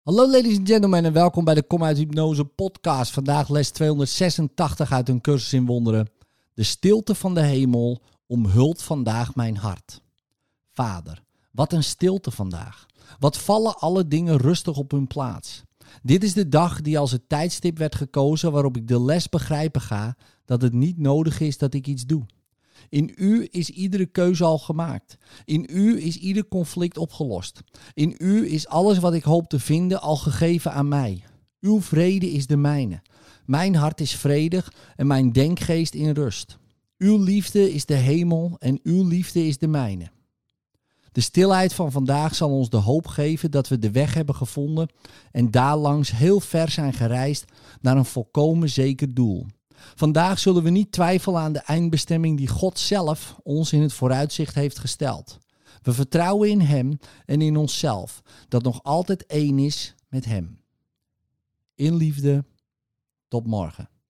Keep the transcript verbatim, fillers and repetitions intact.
Hallo ladies and gentlemen en welkom bij de Kom uit Hypnose podcast. Vandaag les tweehonderdzesentachtig uit een cursus in wonderen. De stilte van de hemel omhult vandaag mijn hart. Vader, wat een stilte vandaag. Wat vallen alle dingen rustig op hun plaats. Dit is de dag die als het tijdstip werd gekozen waarop ik de les begrijpen ga dat het niet nodig is dat ik iets doe. In u is iedere keuze al gemaakt. In u is ieder conflict opgelost. In u is alles wat ik hoop te vinden al gegeven aan mij. Uw vrede is de mijne. Mijn hart is vredig en mijn denkgeest in rust. Uw liefde is de hemel en uw liefde is de mijne. De stilheid van vandaag zal ons de hoop geven dat we de weg hebben gevonden en daarlangs heel ver zijn gereisd naar een volkomen zeker doel. Vandaag zullen we niet twijfelen aan de eindbestemming die God zelf ons in het vooruitzicht heeft gesteld. We vertrouwen in Hem en in onszelf, dat nog altijd één is met Hem. In liefde, tot morgen.